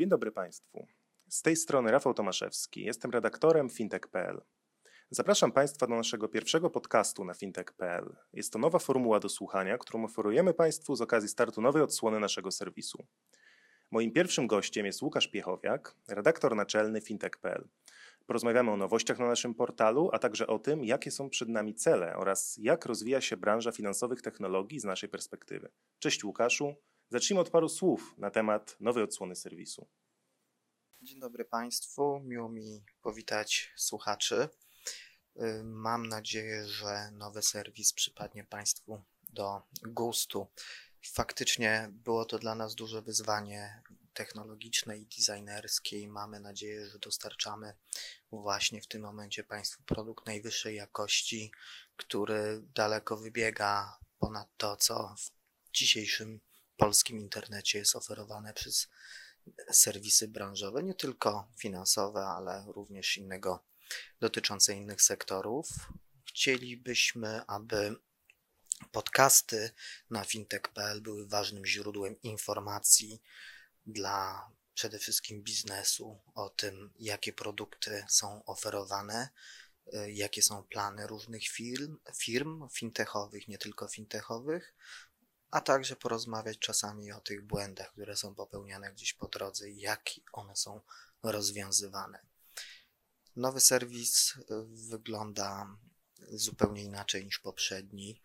Dzień dobry Państwu. Z tej strony Rafał Tomaszewski, jestem redaktorem fintech.pl. Zapraszam Państwa do naszego pierwszego podcastu na fintech.pl. Jest to nowa formuła do słuchania, którą oferujemy Państwu z okazji startu nowej odsłony naszego serwisu. Moim pierwszym gościem jest Łukasz Piechowiak, redaktor naczelny fintech.pl. Porozmawiamy o nowościach na naszym portalu, a także o tym, jakie są przed nami cele oraz jak rozwija się branża finansowych technologii z naszej perspektywy. Cześć Łukaszu. Zacznijmy od paru słów na temat nowej odsłony serwisu. Dzień dobry Państwu, miło mi powitać słuchaczy. Mam nadzieję, że nowy serwis przypadnie Państwu do gustu. Faktycznie było to dla nas duże wyzwanie technologiczne i designerskie i mamy nadzieję, że dostarczamy właśnie w tym momencie Państwu produkt najwyższej jakości, który daleko wybiega ponad to, co w dzisiejszym polskim internecie jest oferowane przez serwisy branżowe, nie tylko finansowe, ale również dotyczące innych sektorów. Chcielibyśmy, aby podcasty na fintech.pl były ważnym źródłem informacji dla przede wszystkim biznesu o tym, jakie produkty są oferowane, jakie są plany różnych firm fintechowych, nie tylko fintechowych, a także porozmawiać czasami o tych błędach, które są popełniane gdzieś po drodze i jak one są rozwiązywane. Nowy serwis wygląda zupełnie inaczej niż poprzedni.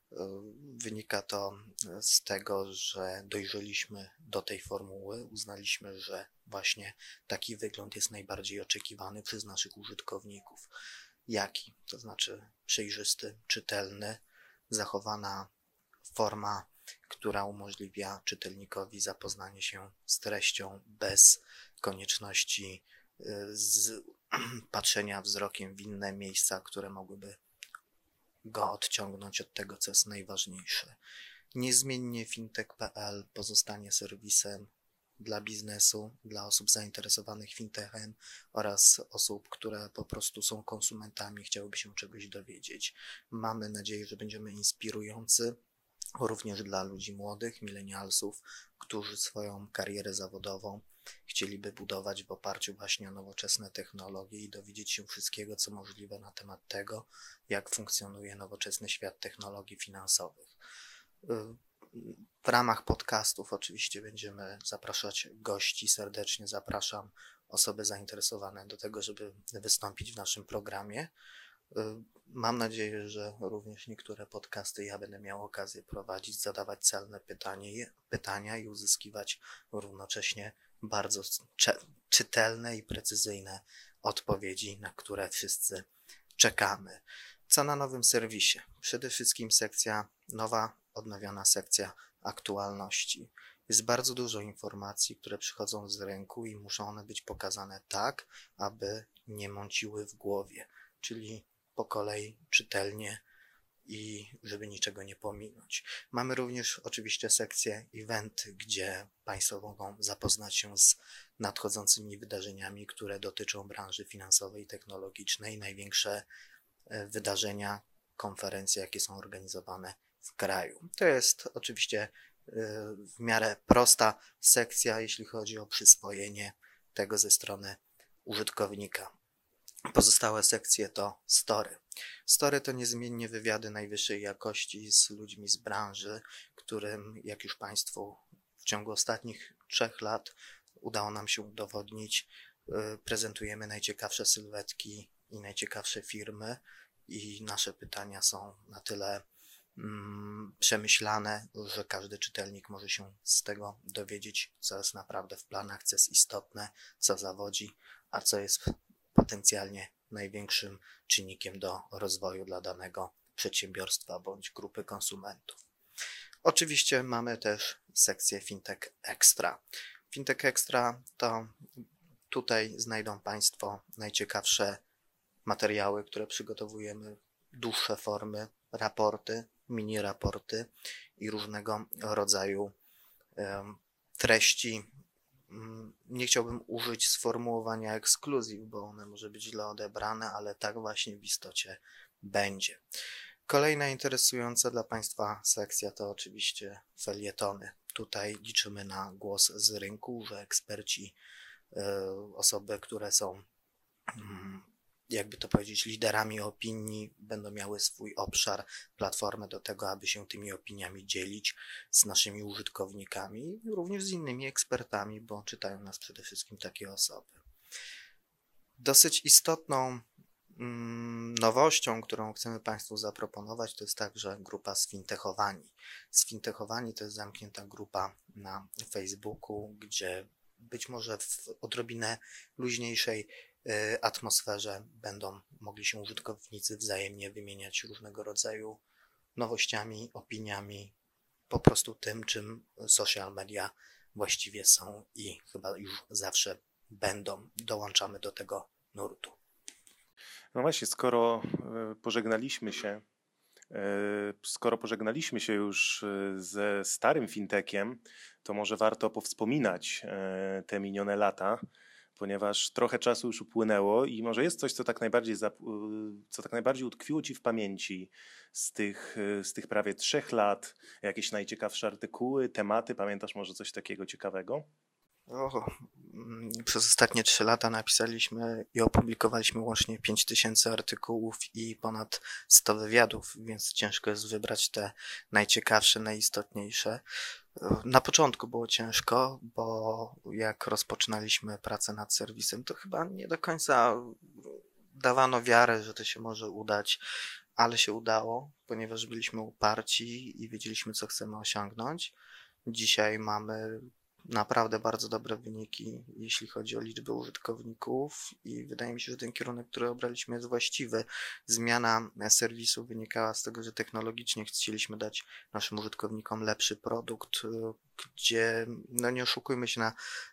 Wynika to z tego, że dojrzeliśmy do tej formuły, uznaliśmy, że właśnie taki wygląd jest najbardziej oczekiwany przez naszych użytkowników. Jaki? To znaczy przejrzysty, czytelny, zachowana forma, która umożliwia czytelnikowi zapoznanie się z treścią bez konieczności patrzenia wzrokiem w inne miejsca, które mogłyby go odciągnąć od tego, co jest najważniejsze. Niezmiennie fintech.pl pozostanie serwisem dla biznesu, dla osób zainteresowanych fintechem oraz osób, które po prostu są konsumentami, chciałyby się czegoś dowiedzieć. Mamy nadzieję, że będziemy inspirujący również dla ludzi młodych, milenialsów, którzy swoją karierę zawodową chcieliby budować w oparciu właśnie o nowoczesne technologie i dowiedzieć się wszystkiego, co możliwe na temat tego, jak funkcjonuje nowoczesny świat technologii finansowych. W ramach podcastów oczywiście będziemy zapraszać gości. Serdecznie zapraszam osoby zainteresowane do tego, żeby wystąpić w naszym programie. Mam nadzieję, że również niektóre podcasty ja będę miał okazję prowadzić, zadawać celne pytania i uzyskiwać równocześnie bardzo czytelne i precyzyjne odpowiedzi, na które wszyscy czekamy. Co na nowym serwisie? Przede wszystkim odnowiona sekcja aktualności. Jest bardzo dużo informacji, które przychodzą z rynku i muszą one być pokazane tak, aby nie mąciły w głowie, czyli po kolei czytelnie i żeby niczego nie pominąć. Mamy również oczywiście sekcję eventy, gdzie Państwo mogą zapoznać się z nadchodzącymi wydarzeniami, które dotyczą branży finansowej i technologicznej. Największe wydarzenia, konferencje, jakie są organizowane w kraju. To jest oczywiście w miarę prosta sekcja, jeśli chodzi o przyswojenie tego ze strony użytkownika. Pozostałe sekcje to story. Story to niezmiennie wywiady najwyższej jakości z ludźmi z branży, którym, jak już Państwu w ciągu ostatnich 3 lat udało nam się udowodnić, prezentujemy najciekawsze sylwetki i najciekawsze firmy i nasze pytania są na tyle przemyślane, że każdy czytelnik może się z tego dowiedzieć, co jest naprawdę w planach, co jest istotne, co zawodzi, a co jest potencjalnie największym czynnikiem do rozwoju dla danego przedsiębiorstwa bądź grupy konsumentów. Oczywiście mamy też sekcję Fintech Extra. Fintech Extra to tutaj znajdą Państwo najciekawsze materiały, które przygotowujemy, dłuższe formy, raporty, mini raporty i różnego rodzaju treści. Nie chciałbym użyć sformułowania ekskluzyw, bo one może być źle odebrane, ale tak właśnie w istocie będzie. Kolejna interesująca dla Państwa sekcja to oczywiście felietony, tutaj liczymy na głos z rynku, że eksperci, osoby, które są, jakby to powiedzieć, liderami opinii, będą miały swój obszar, platformę do tego, aby się tymi opiniami dzielić z naszymi użytkownikami, również z innymi ekspertami, bo czytają nas przede wszystkim takie osoby. Dosyć istotną nowością, którą chcemy Państwu zaproponować, to jest także grupa Sfintechowani. Sfintechowani to jest zamknięta grupa na Facebooku, gdzie być może w odrobinę luźniejszej atmosferze będą mogli się użytkownicy wzajemnie wymieniać różnego rodzaju nowościami, opiniami, po prostu tym, czym social media właściwie są i chyba już zawsze będą. Dołączamy do tego nurtu. No właśnie, skoro pożegnaliśmy się już ze starym fintechem, to może warto powspominać te minione lata, ponieważ trochę czasu już upłynęło i może jest coś, co tak najbardziej utkwiło Ci w pamięci z tych prawie 3 lat, jakieś najciekawsze artykuły, tematy, pamiętasz może coś takiego ciekawego? Przez ostatnie 3 lata napisaliśmy i opublikowaliśmy łącznie 5000 artykułów i ponad 100 wywiadów, więc ciężko jest wybrać te najciekawsze, najistotniejsze. Na początku było ciężko, bo jak rozpoczynaliśmy pracę nad serwisem, to chyba nie do końca dawano wiarę, że to się może udać, ale się udało, ponieważ byliśmy uparci i wiedzieliśmy, co chcemy osiągnąć. Dzisiaj mamy naprawdę bardzo dobre wyniki, jeśli chodzi o liczbę użytkowników i wydaje mi się, że ten kierunek, który obraliśmy, jest właściwy. Zmiana serwisu wynikała z tego, że technologicznie chcieliśmy dać naszym użytkownikom lepszy produkt, gdzie, no nie oszukujmy się,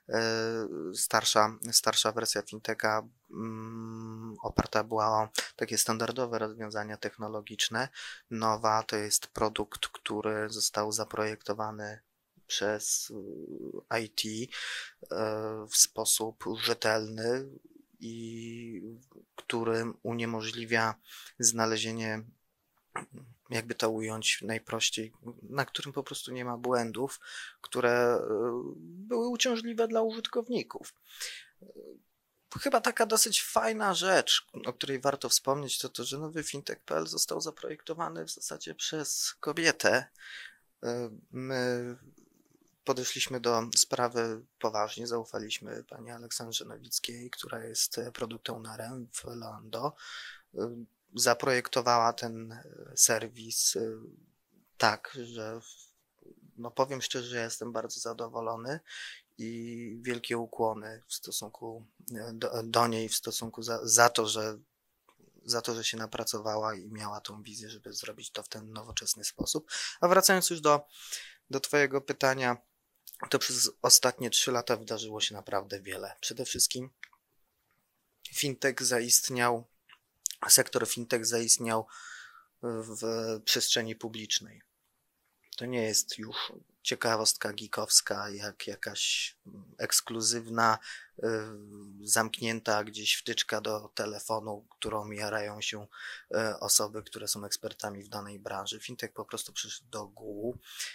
starsza wersja fintecha oparta była o takie standardowe rozwiązania technologiczne. Nowa to jest produkt, który został zaprojektowany przez IT w sposób rzetelny i który uniemożliwia znalezienie, jakby to ująć najprościej, na którym po prostu nie ma błędów, które były uciążliwe dla użytkowników. Chyba taka dosyć fajna rzecz, o której warto wspomnieć, to to, że nowy fintech.pl został zaprojektowany w zasadzie przez kobietę. My podeszliśmy do sprawy poważnie, zaufaliśmy pani Aleksandrze Nowickiej, która jest product ownerem w Lando. Zaprojektowała ten serwis tak, że no powiem szczerze, że jestem bardzo zadowolony i wielkie ukłony w stosunku do niej, w stosunku za to, że się napracowała i miała tą wizję, żeby zrobić to w ten nowoczesny sposób. A wracając już do Twojego pytania, to przez ostatnie 3 lata wydarzyło się naprawdę wiele. Przede wszystkim sektor fintech zaistniał w przestrzeni publicznej. To nie jest już ciekawostka geekowska, jak jakaś ekskluzywna, zamknięta gdzieś wtyczka do telefonu, którą jarają się osoby, które są ekspertami w danej branży. Fintech po prostu przyszedł do ogółu.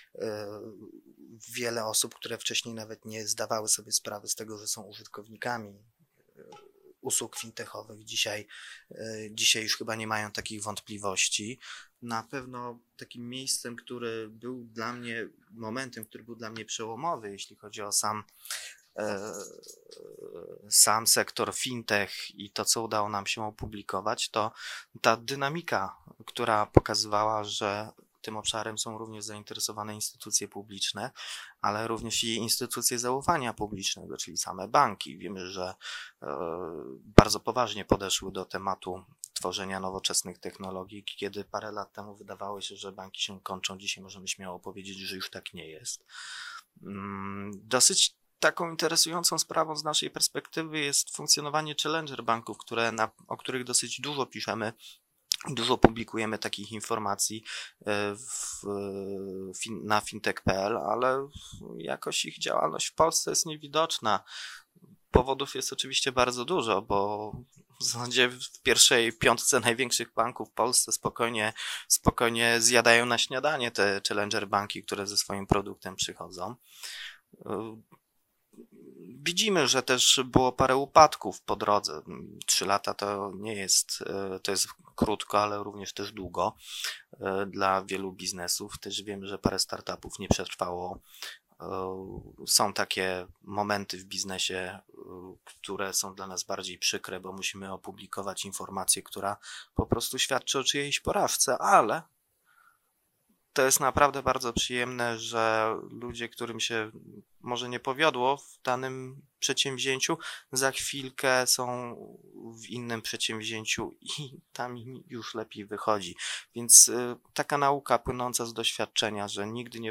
Wiele osób, które wcześniej nawet nie zdawały sobie sprawy z tego, że są użytkownikami usług fintechowych, dzisiaj już chyba nie mają takich wątpliwości. Na pewno takim miejscem, momentem, który był dla mnie przełomowy, jeśli chodzi o sam sektor fintech i to, co udało nam się opublikować, to ta dynamika, która pokazywała, że tym obszarem są również zainteresowane instytucje publiczne, ale również i instytucje zaufania publicznego, czyli same banki. Wiemy, że bardzo poważnie podeszły do tematu tworzenia nowoczesnych technologii, kiedy parę lat temu wydawało się, że banki się kończą. Dzisiaj możemy śmiało powiedzieć, że już tak nie jest. Dosyć taką interesującą sprawą z naszej perspektywy jest funkcjonowanie challenger banków, o których dosyć dużo piszemy. Dużo publikujemy takich informacji na fintech.pl, ale jakoś ich działalność w Polsce jest niewidoczna. Powodów jest oczywiście bardzo dużo, bo w zasadzie w pierwszej piątce największych banków w Polsce spokojnie zjadają na śniadanie te challenger banki, które ze swoim produktem przychodzą. Widzimy, że też było parę upadków po drodze. 3 lata to nie jest, to jest krótko, ale również też długo dla wielu biznesów. Też wiem, że parę startupów nie przetrwało. Są takie momenty w biznesie, które są dla nas bardziej przykre, bo musimy opublikować informację, która po prostu świadczy o czyjejś porażce, ale to jest naprawdę bardzo przyjemne, że ludzie, którym się może nie powiodło w danym przedsięwzięciu, za chwilkę są w innym przedsięwzięciu i tam im już lepiej wychodzi. Więc taka nauka płynąca z doświadczenia, że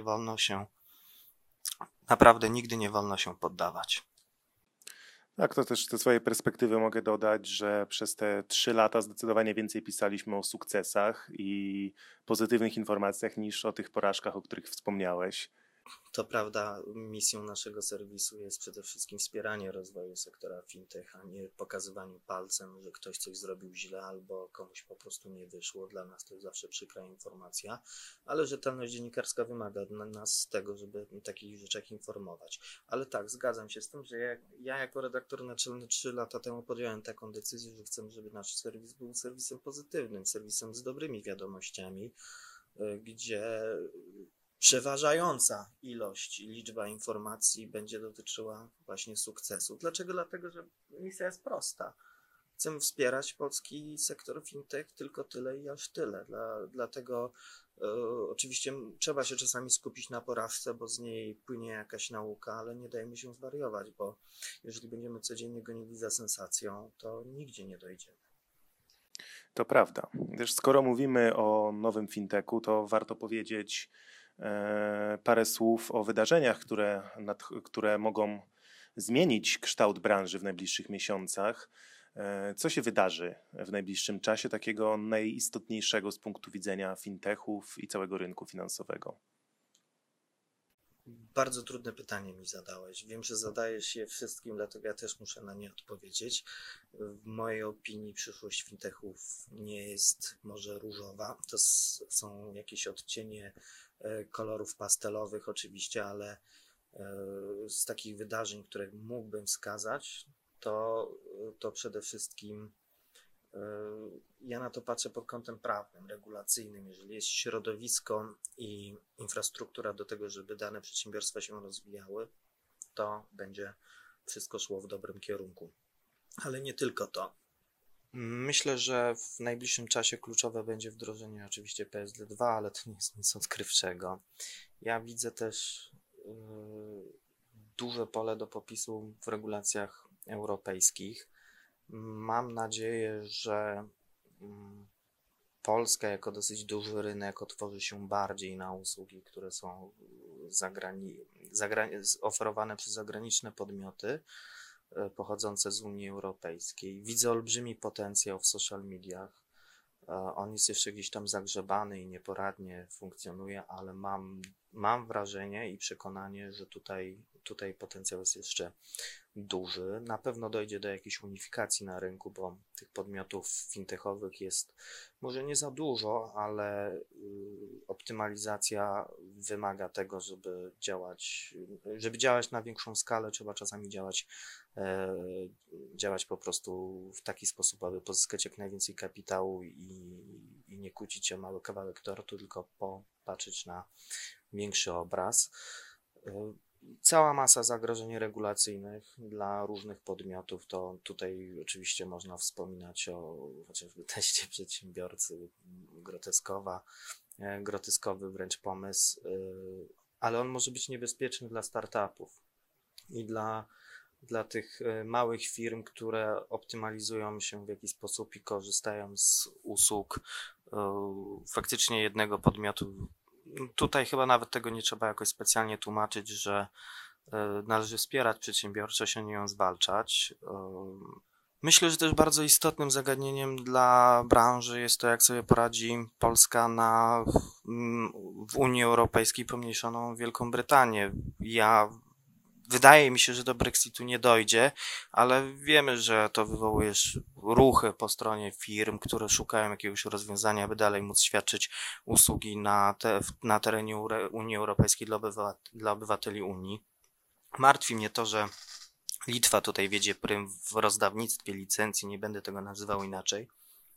naprawdę nigdy nie wolno się poddawać. Tak, to też ze swojej perspektywy mogę dodać, że przez te 3 lata zdecydowanie więcej pisaliśmy o sukcesach i pozytywnych informacjach niż o tych porażkach, o których wspomniałeś. To prawda, misją naszego serwisu jest przede wszystkim wspieranie rozwoju sektora fintech, a nie pokazywanie palcem, że ktoś coś zrobił źle albo komuś po prostu nie wyszło. Dla nas to jest zawsze przykra informacja, ale rzetelność dziennikarska wymaga od nas tego, żeby o takich rzeczach informować. Ale tak, zgadzam się z tym, że ja jako redaktor naczelny 3 lata temu podjąłem taką decyzję, że chcę, żeby nasz serwis był serwisem pozytywnym, serwisem z dobrymi wiadomościami, gdzie przeważająca liczba informacji będzie dotyczyła właśnie sukcesu. Dlaczego? Dlatego, że misja jest prosta. Chcemy wspierać polski sektor fintech tylko tyle i aż tyle. Dlatego oczywiście trzeba się czasami skupić na porażce, bo z niej płynie jakaś nauka, ale nie dajmy się zwariować, bo jeżeli będziemy codziennie gonili za sensacją, to nigdzie nie dojdziemy. To prawda. Też skoro mówimy o nowym fintechu, to warto powiedzieć parę słów o wydarzeniach, które mogą zmienić kształt branży w najbliższych miesiącach. Co się wydarzy w najbliższym czasie takiego najistotniejszego z punktu widzenia fintechów i całego rynku finansowego? Bardzo trudne pytanie mi zadałeś. Wiem, że zadajesz je wszystkim, dlatego ja też muszę na nie odpowiedzieć. W mojej opinii przyszłość fintechów nie jest może różowa. To są jakieś odcienie kolorów pastelowych oczywiście, ale z takich wydarzeń, które mógłbym wskazać, to przede wszystkim ja na to patrzę pod kątem prawnym, regulacyjnym. Jeżeli jest środowisko i infrastruktura do tego, żeby dane przedsiębiorstwa się rozwijały, to będzie wszystko szło w dobrym kierunku. Ale nie tylko to. Myślę, że w najbliższym czasie kluczowe będzie wdrożenie oczywiście PSD2, ale to nie jest nic odkrywczego. Ja widzę też duże pole do popisu w regulacjach europejskich. Mam nadzieję, że Polska jako dosyć duży rynek otworzy się bardziej na usługi, które są oferowane przez zagraniczne podmioty pochodzące z Unii Europejskiej. Widzę olbrzymi potencjał w social mediach. On jest jeszcze gdzieś tam zagrzebany i nieporadnie funkcjonuje, ale mam wrażenie i przekonanie, że tutaj potencjał jest jeszcze duży. Na pewno dojdzie do jakiejś unifikacji na rynku, bo tych podmiotów fintechowych jest może nie za dużo, ale optymalizacja wymaga tego, żeby działać na większą skalę, trzeba czasami działać po prostu w taki sposób, aby pozyskać jak najwięcej kapitału i nie kłócić się o mały kawałek tortu, tylko popatrzeć na większy obraz. Cała masa zagrożeń regulacyjnych dla różnych podmiotów, to tutaj oczywiście można wspominać o chociażby teście przedsiębiorcy, groteskowy wręcz pomysł, ale on może być niebezpieczny dla startupów i dla tych małych firm, które optymalizują się w jakiś sposób i korzystają z usług faktycznie jednego podmiotu. Tutaj chyba nawet tego nie trzeba jakoś specjalnie tłumaczyć, że należy wspierać przedsiębiorczość, a nie ją zwalczać. Myślę, że też bardzo istotnym zagadnieniem dla branży jest to, jak sobie poradzi Polska w Unii Europejskiej, pomniejszoną Wielką Brytanię. Ja wydaje mi się, że do Brexitu nie dojdzie, ale wiemy, że to wywołuje ruchy po stronie firm, które szukają jakiegoś rozwiązania, aby dalej móc świadczyć usługi na terenie Unii Europejskiej dla obywateli Unii. Martwi mnie to, że Litwa tutaj wiedzie prym w rozdawnictwie licencji, nie będę tego nazywał inaczej.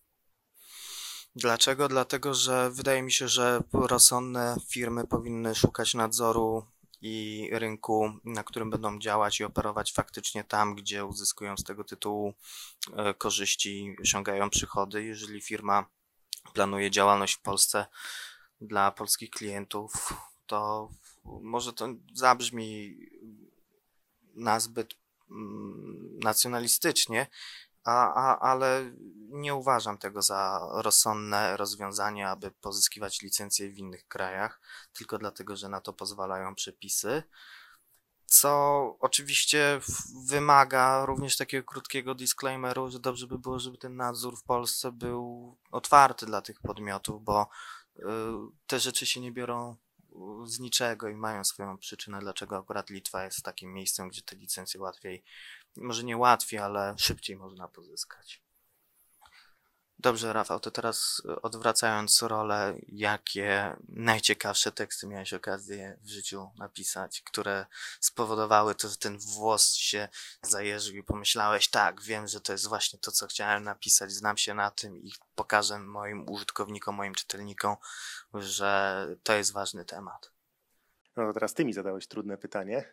Dlaczego? Dlatego, że wydaje mi się, że rozsądne firmy powinny szukać nadzoru i rynku, na którym będą działać i operować faktycznie tam, gdzie uzyskują z tego tytułu korzyści, osiągają przychody. Jeżeli firma planuje działalność w Polsce dla polskich klientów, to może to zabrzmi nazbyt nacjonalistycznie, ale nie uważam tego za rozsądne rozwiązanie, aby pozyskiwać licencje w innych krajach, tylko dlatego, że na to pozwalają przepisy, co oczywiście wymaga również takiego krótkiego disclaimeru, że dobrze by było, żeby ten nadzór w Polsce był otwarty dla tych podmiotów, bo te rzeczy się nie biorą z niczego i mają swoją przyczynę, dlaczego akurat Litwa jest takim miejscem, gdzie te licencje łatwiej, może nie łatwiej, ale szybciej można pozyskać. Dobrze, Rafał, to teraz odwracając rolę, jakie najciekawsze teksty miałeś okazję w życiu napisać, które spowodowały to, że ten włos się zajeżył i pomyślałeś, tak, wiem, że to jest właśnie to, co chciałem napisać, znam się na tym i pokażę moim użytkownikom, moim czytelnikom, że to jest ważny temat. No to teraz ty mi zadałeś trudne pytanie.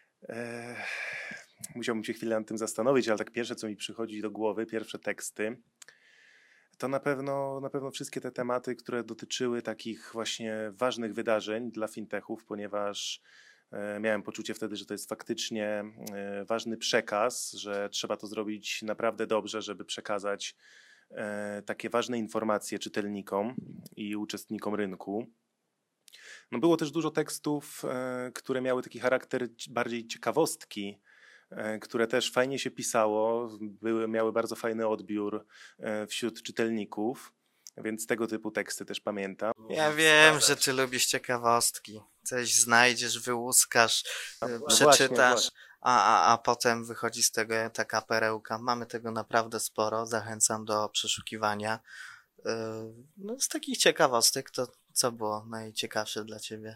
Musiałbym się chwilę nad tym zastanowić, ale tak pierwsze, co mi przychodzi do głowy, pierwsze teksty, to na pewno wszystkie te tematy, które dotyczyły takich właśnie ważnych wydarzeń dla fintechów, ponieważ miałem poczucie wtedy, że to jest faktycznie ważny przekaz, że trzeba to zrobić naprawdę dobrze, żeby przekazać takie ważne informacje czytelnikom i uczestnikom rynku. No było też dużo tekstów, które miały taki charakter bardziej ciekawostki, które też fajnie się pisało, miały bardzo fajny odbiór wśród czytelników, więc tego typu teksty też pamiętam. Ja wiem, że ty lubisz ciekawostki. Coś znajdziesz, wyłuskasz, No przeczytasz, właśnie. a potem wychodzi z tego taka perełka. Mamy tego naprawdę sporo, zachęcam do przeszukiwania. No, z takich ciekawostek to co było najciekawsze dla ciebie?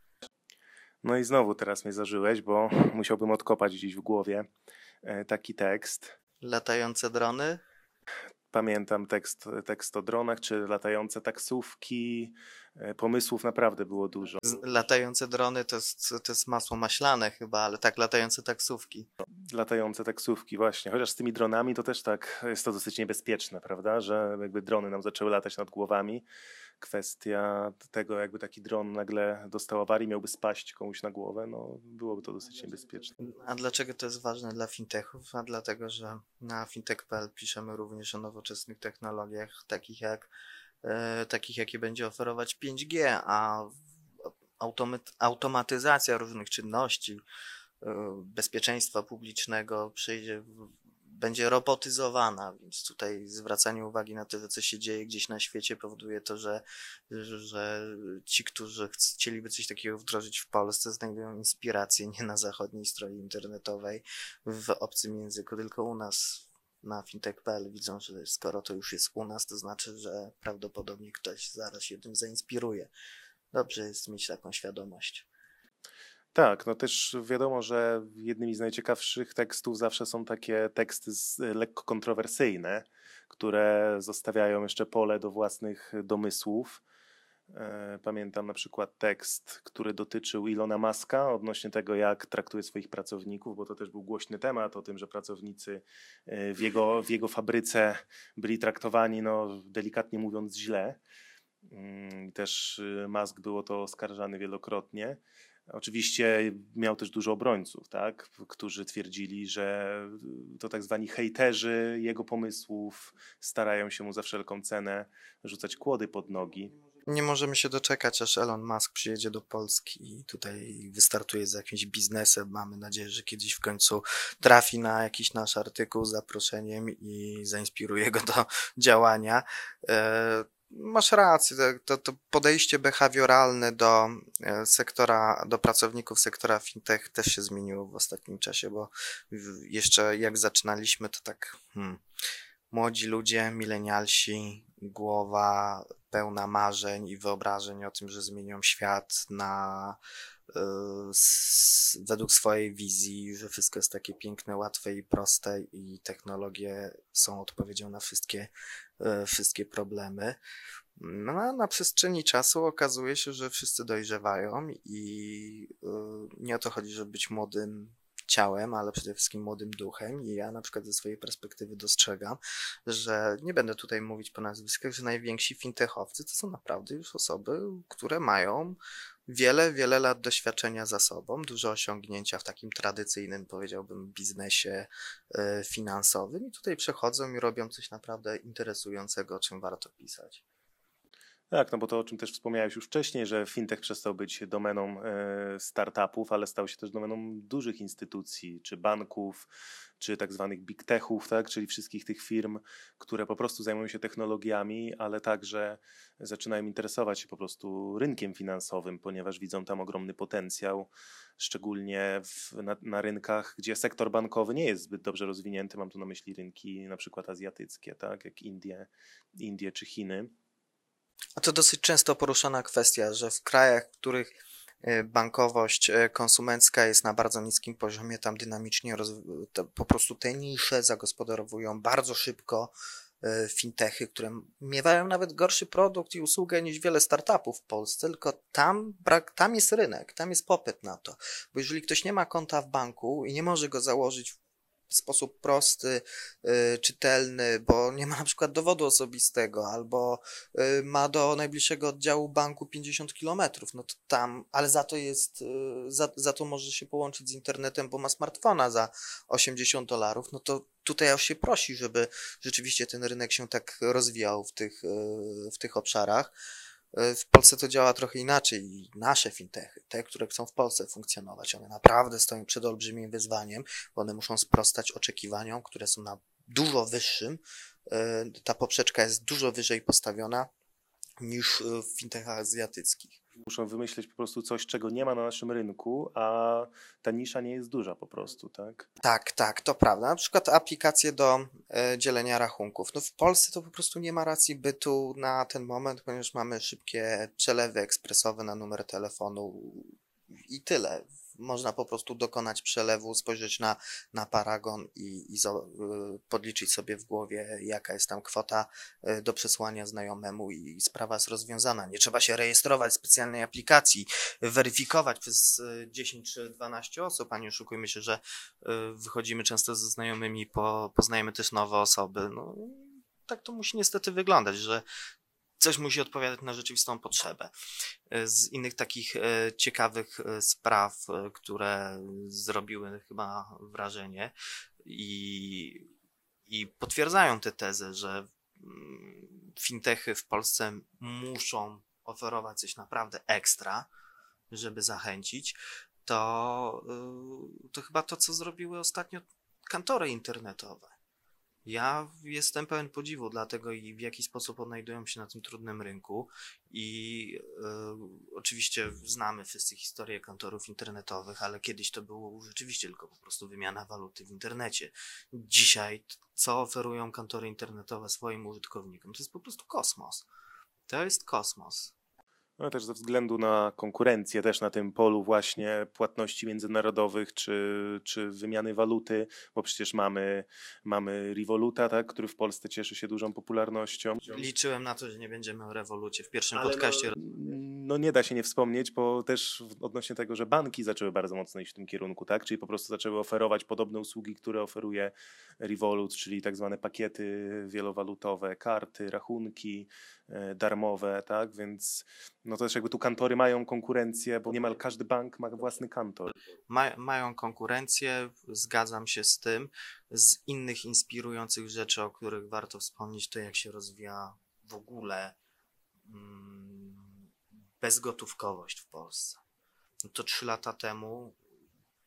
No i znowu teraz mnie zażyłeś, bo musiałbym odkopać gdzieś w głowie taki tekst. Latające drony? Pamiętam tekst o dronach, czy latające taksówki. Pomysłów naprawdę było dużo. Latające drony to jest masło maślane chyba, ale tak, latające taksówki. Latające taksówki, właśnie. Chociaż z tymi dronami to też tak jest to dosyć niebezpieczne, prawda? Że jakby drony nam zaczęły latać nad głowami. Kwestia tego, jakby taki dron nagle dostał awarii, miałby spaść komuś na głowę, no byłoby to dosyć niebezpieczne. A dlaczego to jest ważne dla fintechów? A dlatego, że na fintech.pl piszemy również o nowoczesnych technologiach, takich jakie będzie oferować 5G, a automatyzacja różnych czynności, bezpieczeństwa publicznego będzie robotyzowana, więc tutaj zwracanie uwagi na to, co się dzieje gdzieś na świecie powoduje to, że ci, którzy chcieliby coś takiego wdrożyć w Polsce, znajdują inspirację nie na zachodniej stronie internetowej w obcym języku, tylko u nas na fintech.pl widzą, że skoro to już jest u nas, to znaczy, że prawdopodobnie ktoś zaraz się tym zainspiruje. Dobrze jest mieć taką świadomość. Tak, no też wiadomo, że jednymi z najciekawszych tekstów zawsze są takie teksty lekko kontrowersyjne, które zostawiają jeszcze pole do własnych domysłów. Pamiętam na przykład tekst, który dotyczył Ilona Muska odnośnie tego, jak traktuje swoich pracowników, bo to też był głośny temat o tym, że pracownicy w jego fabryce byli traktowani, no delikatnie mówiąc, źle. Też Musk był o to oskarżany wielokrotnie. Oczywiście miał też dużo obrońców, tak, którzy twierdzili, że to tak zwani hejterzy jego pomysłów starają się mu za wszelką cenę rzucać kłody pod nogi. Nie możemy się doczekać, aż Elon Musk przyjedzie do Polski i tutaj wystartuje z jakimś biznesem. Mamy nadzieję, że kiedyś w końcu trafi na jakiś nasz artykuł z zaproszeniem i zainspiruje go do działania. Masz rację, to podejście behawioralne do sektora, do pracowników sektora fintech też się zmieniło w ostatnim czasie, bo jeszcze jak zaczynaliśmy, to tak młodzi ludzie, milenialsi, głowa pełna marzeń i wyobrażeń o tym, że zmienią świat według swojej wizji, że wszystko jest takie piękne, łatwe i proste i technologie są odpowiedzią na wszystkie problemy. No, na przestrzeni czasu okazuje się, że wszyscy dojrzewają i nie o to chodzi, żeby być młodym ciałem, ale przede wszystkim młodym duchem i ja na przykład ze swojej perspektywy dostrzegam, że nie będę tutaj mówić po nazwiskach, że najwięksi fintechowcy to są naprawdę już osoby, które mają wiele lat doświadczenia za sobą, duże osiągnięcia w takim tradycyjnym, powiedziałbym, biznesie finansowym i tutaj przechodzą i robią coś naprawdę interesującego, o czym warto pisać. Tak, no bo to o czym też wspomniałeś już wcześniej, że fintech przestał być domeną startupów, ale stał się też domeną dużych instytucji, czy banków, czy tak zwanych big techów, tak? Czyli wszystkich tych firm, które po prostu zajmują się technologiami, ale także zaczynają interesować się po prostu rynkiem finansowym, ponieważ widzą tam ogromny potencjał, szczególnie na rynkach, gdzie sektor bankowy nie jest zbyt dobrze rozwinięty. Mam tu na myśli rynki na przykład azjatyckie, tak? Jak Indie czy Chiny. A to dosyć często poruszana kwestia, że w krajach, w których bankowość konsumencka jest na bardzo niskim poziomie, tam dynamicznie po prostu te nisze zagospodarowują bardzo szybko fintechy, które miewają nawet gorszy produkt i usługę niż wiele startupów w Polsce, tylko tam jest rynek, tam jest popyt na to. Bo jeżeli ktoś nie ma konta w banku i nie może go założyć w sposób prosty, czytelny, bo nie ma na przykład dowodu osobistego, albo ma do najbliższego oddziału banku 50 kilometrów, no to tam, ale za to jest, za to może się połączyć z internetem, bo ma smartfona za $80, no to tutaj aż się prosi, żeby rzeczywiście ten rynek się tak rozwijał w tych obszarach. W Polsce to działa trochę inaczej i nasze fintechy, te, które chcą w Polsce funkcjonować, one naprawdę stoją przed olbrzymim wyzwaniem, bo one muszą sprostać oczekiwaniom, które są na dużo wyższym, ta poprzeczka jest dużo wyżej postawiona niż w fintechach azjatyckich. Muszą wymyśleć po prostu coś, czego nie ma na naszym rynku, a ta nisza nie jest duża po prostu, tak? Tak, to prawda. Na przykład aplikacje do dzielenia rachunków. No w Polsce to po prostu nie ma racji bytu na ten moment, ponieważ mamy szybkie przelewy ekspresowe na numer telefonu i tyle. Można po prostu dokonać przelewu, spojrzeć na paragon i podliczyć sobie w głowie, jaka jest tam kwota do przesłania znajomemu i sprawa jest rozwiązana. Nie trzeba się rejestrować w specjalnej aplikacji, weryfikować przez 10 czy 12 osób, a nie oszukujmy się, że wychodzimy często ze znajomymi, poznajemy też nowe osoby. No, tak to musi niestety wyglądać, że coś musi odpowiadać na rzeczywistą potrzebę. Z innych takich ciekawych spraw, które zrobiły chyba wrażenie i potwierdzają tę tezę, że fintechy w Polsce muszą oferować coś naprawdę ekstra, żeby zachęcić, to chyba to, co zrobiły ostatnio kantory internetowe. Ja jestem pełen podziwu dla tego i w jaki sposób odnajdują się na tym trudnym rynku i oczywiście znamy wszyscy historię kantorów internetowych, ale kiedyś to było rzeczywiście tylko po prostu wymiana waluty w internecie. Dzisiaj co oferują kantory internetowe swoim użytkownikom? To jest po prostu kosmos. To jest kosmos. No też ze względu na konkurencję też na tym polu właśnie płatności międzynarodowych czy wymiany waluty, bo przecież mamy Revoluta, tak, który w Polsce cieszy się dużą popularnością. Liczyłem na to, że nie będziemy o Revolucie w pierwszym podcaście. No nie da się nie wspomnieć, bo też odnośnie tego, że banki zaczęły bardzo mocno iść w tym kierunku, tak, czyli po prostu zaczęły oferować podobne usługi, które oferuje Revolut, czyli tak zwane pakiety wielowalutowe, karty, rachunki darmowe, tak, więc no to też jakby tu kantory mają konkurencję, bo niemal każdy bank ma własny kantor. Mają konkurencję, zgadzam się z tym. Z innych inspirujących rzeczy, o których warto wspomnieć, to jak się rozwija w ogóle bezgotówkowość w Polsce. No to 3 lata temu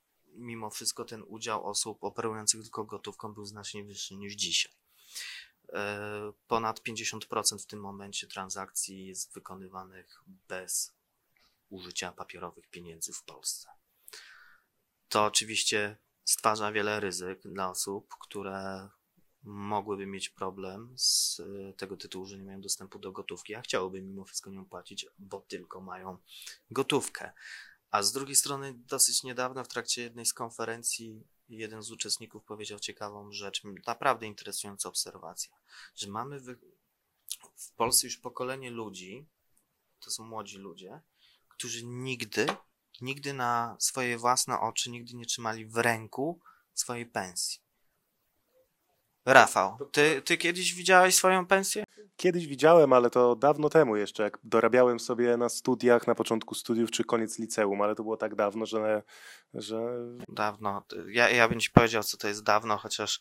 mimo wszystko ten udział osób operujących tylko gotówką był znacznie wyższy niż dzisiaj. Ponad 50% w tym momencie transakcji jest wykonywanych bez użycia papierowych pieniędzy w Polsce. To oczywiście stwarza wiele ryzyk dla osób, które mogłyby mieć problem z tego tytułu, że nie mają dostępu do gotówki, a chciałyby mimo wszystko nią płacić, bo tylko mają gotówkę. A z drugiej strony dosyć niedawno w trakcie jednej z konferencji jeden z uczestników powiedział ciekawą rzecz, naprawdę interesująca obserwacja, że mamy w Polsce już pokolenie ludzi, to są młodzi ludzie, którzy nigdy na swoje własne oczy nigdy nie trzymali w ręku swojej pensji. Rafał, ty kiedyś widziałeś swoją pensję? Kiedyś widziałem, ale to dawno temu jeszcze, jak dorabiałem sobie na studiach, na początku studiów czy koniec liceum, ale to było tak dawno, że... Dawno. Ja bym ci powiedział, co to jest dawno,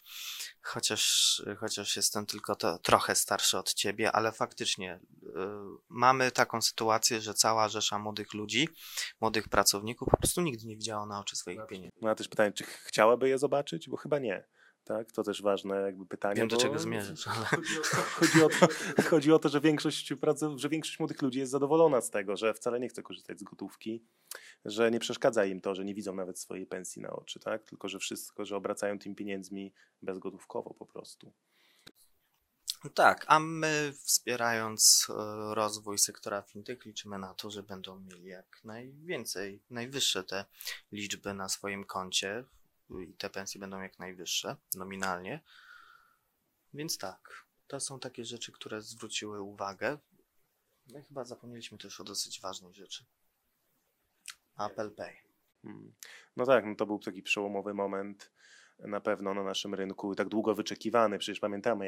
chociaż jestem tylko trochę starszy od ciebie, ale faktycznie mamy taką sytuację, że cała rzesza młodych ludzi, młodych pracowników po prostu nigdy nie widziała na oczy swoich pieniędzy. No a też pytanie, czy chciałaby je zobaczyć? Bo chyba nie. Tak? To też ważne jakby pytanie. Wiem, do czego zmierzasz, ale... Chodzi o to, że większość młodych ludzi jest zadowolona z tego, że wcale nie chce korzystać z gotówki, że nie przeszkadza im to, że nie widzą nawet swojej pensji na oczy, tak? Tylko, że obracają tym pieniędzmi bezgotówkowo po prostu. Tak, a my wspierając rozwój sektora fintech liczymy na to, że będą mieli jak najwyższe te liczby na swoim koncie i te pensje będą jak najwyższe nominalnie. Więc tak, to są takie rzeczy, które zwróciły uwagę. No i chyba zapomnieliśmy też o dosyć ważnej rzeczy. Apple Pay. No tak, no to był taki przełomowy moment na pewno na naszym rynku, tak długo wyczekiwany. Przecież pamiętamy,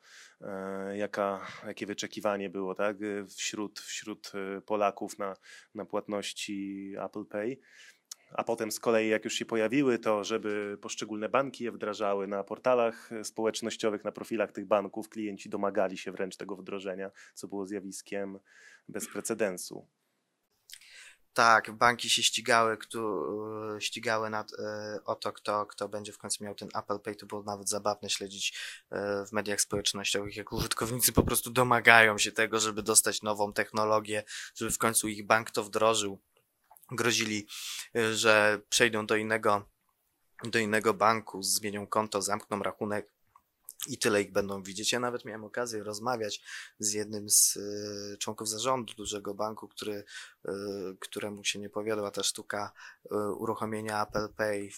jakie wyczekiwanie było, tak? wśród Polaków na płatności Apple Pay. A potem z kolei, jak już się pojawiły, to żeby poszczególne banki je wdrażały na portalach społecznościowych, na profilach tych banków, klienci domagali się wręcz tego wdrożenia, co było zjawiskiem bez precedensu. Tak, banki się ścigały o to, kto będzie w końcu miał ten Apple Pay. To było nawet zabawne śledzić w mediach społecznościowych, jak użytkownicy po prostu domagają się tego, żeby dostać nową technologię, żeby w końcu ich bank to wdrożył. Grozili, że przejdą do innego banku, zmienią konto, zamkną rachunek i tyle ich będą widzieć. Ja nawet miałem okazję rozmawiać z jednym z członków zarządu dużego banku, któremu się nie powiodła ta sztuka uruchomienia Apple Pay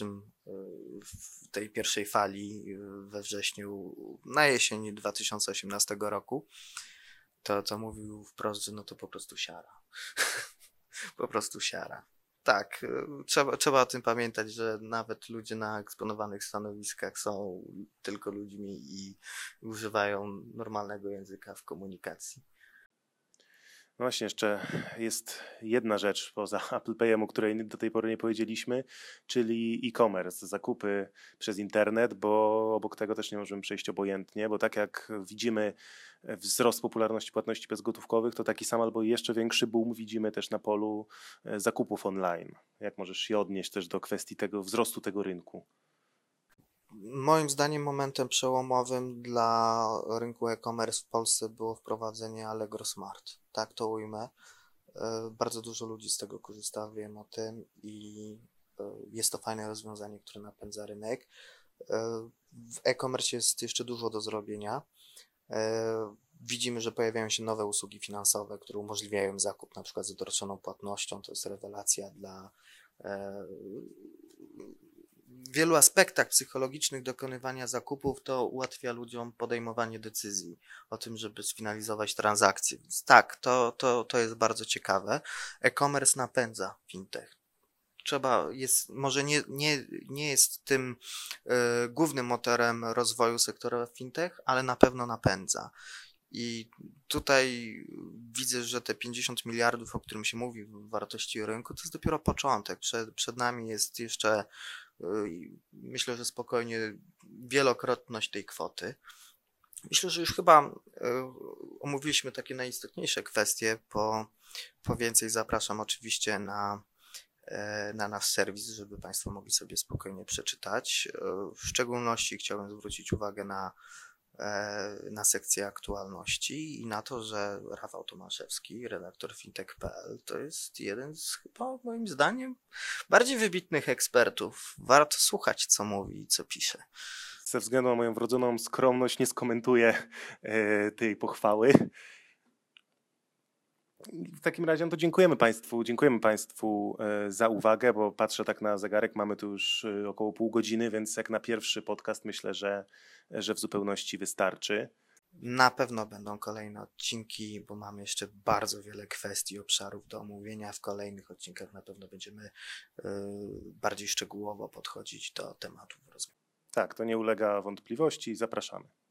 w tej pierwszej fali we wrześniu, na jesień 2018 roku. To mówił wprost, że no to po prostu siara. Po prostu siara. Tak, trzeba o tym pamiętać, że nawet ludzie na eksponowanych stanowiskach są tylko ludźmi i używają normalnego języka w komunikacji. No właśnie, jeszcze jest jedna rzecz poza Apple Payem, o której do tej pory nie powiedzieliśmy, czyli e-commerce, zakupy przez internet, bo obok tego też nie możemy przejść obojętnie, bo tak jak widzimy wzrost popularności płatności bezgotówkowych, to taki sam albo jeszcze większy boom widzimy też na polu zakupów online. Jak możesz się odnieść też do kwestii tego wzrostu tego rynku? Moim zdaniem momentem przełomowym dla rynku e-commerce w Polsce było wprowadzenie Allegro Smart. Tak to ujmę. Bardzo dużo ludzi z tego korzysta, wiem o tym i jest to fajne rozwiązanie, które napędza rynek. W e-commerce jest jeszcze dużo do zrobienia. Widzimy, że pojawiają się nowe usługi finansowe, które umożliwiają zakup na przykład z odroczoną płatnością. To jest rewelacja dla w wielu aspektach psychologicznych dokonywania zakupów. To ułatwia ludziom podejmowanie decyzji o tym, żeby sfinalizować transakcje. Więc tak, to jest bardzo ciekawe. E-commerce napędza fintech. Może nie jest tym głównym motorem rozwoju sektora fintech, ale na pewno napędza. I tutaj widzę, że te 50 miliardów, o którym się mówi w wartości rynku, to jest dopiero początek. Przed nami jest jeszcze, myślę, że spokojnie wielokrotność tej kwoty. Myślę, że już chyba omówiliśmy takie najistotniejsze kwestie. Po więcej zapraszam oczywiście na nasz serwis, żeby Państwo mogli sobie spokojnie przeczytać. W szczególności chciałbym zwrócić uwagę na na sekcję aktualności i na to, że Rafał Tomaszewski, redaktor fintech.pl, to jest jeden z chyba moim zdaniem bardziej wybitnych ekspertów. Warto słuchać, co mówi i co pisze. Ze względu na moją wrodzoną skromność nie skomentuję tej pochwały. W takim razie to dziękujemy Państwu za uwagę, bo patrzę tak na zegarek, mamy tu już około pół godziny, więc jak na pierwszy podcast myślę, że w zupełności wystarczy. Na pewno będą kolejne odcinki, bo mamy jeszcze bardzo wiele kwestii, obszarów do omówienia. W kolejnych odcinkach na pewno będziemy bardziej szczegółowo podchodzić do tematów rozmowy. Tak, to nie ulega wątpliwości. Zapraszamy.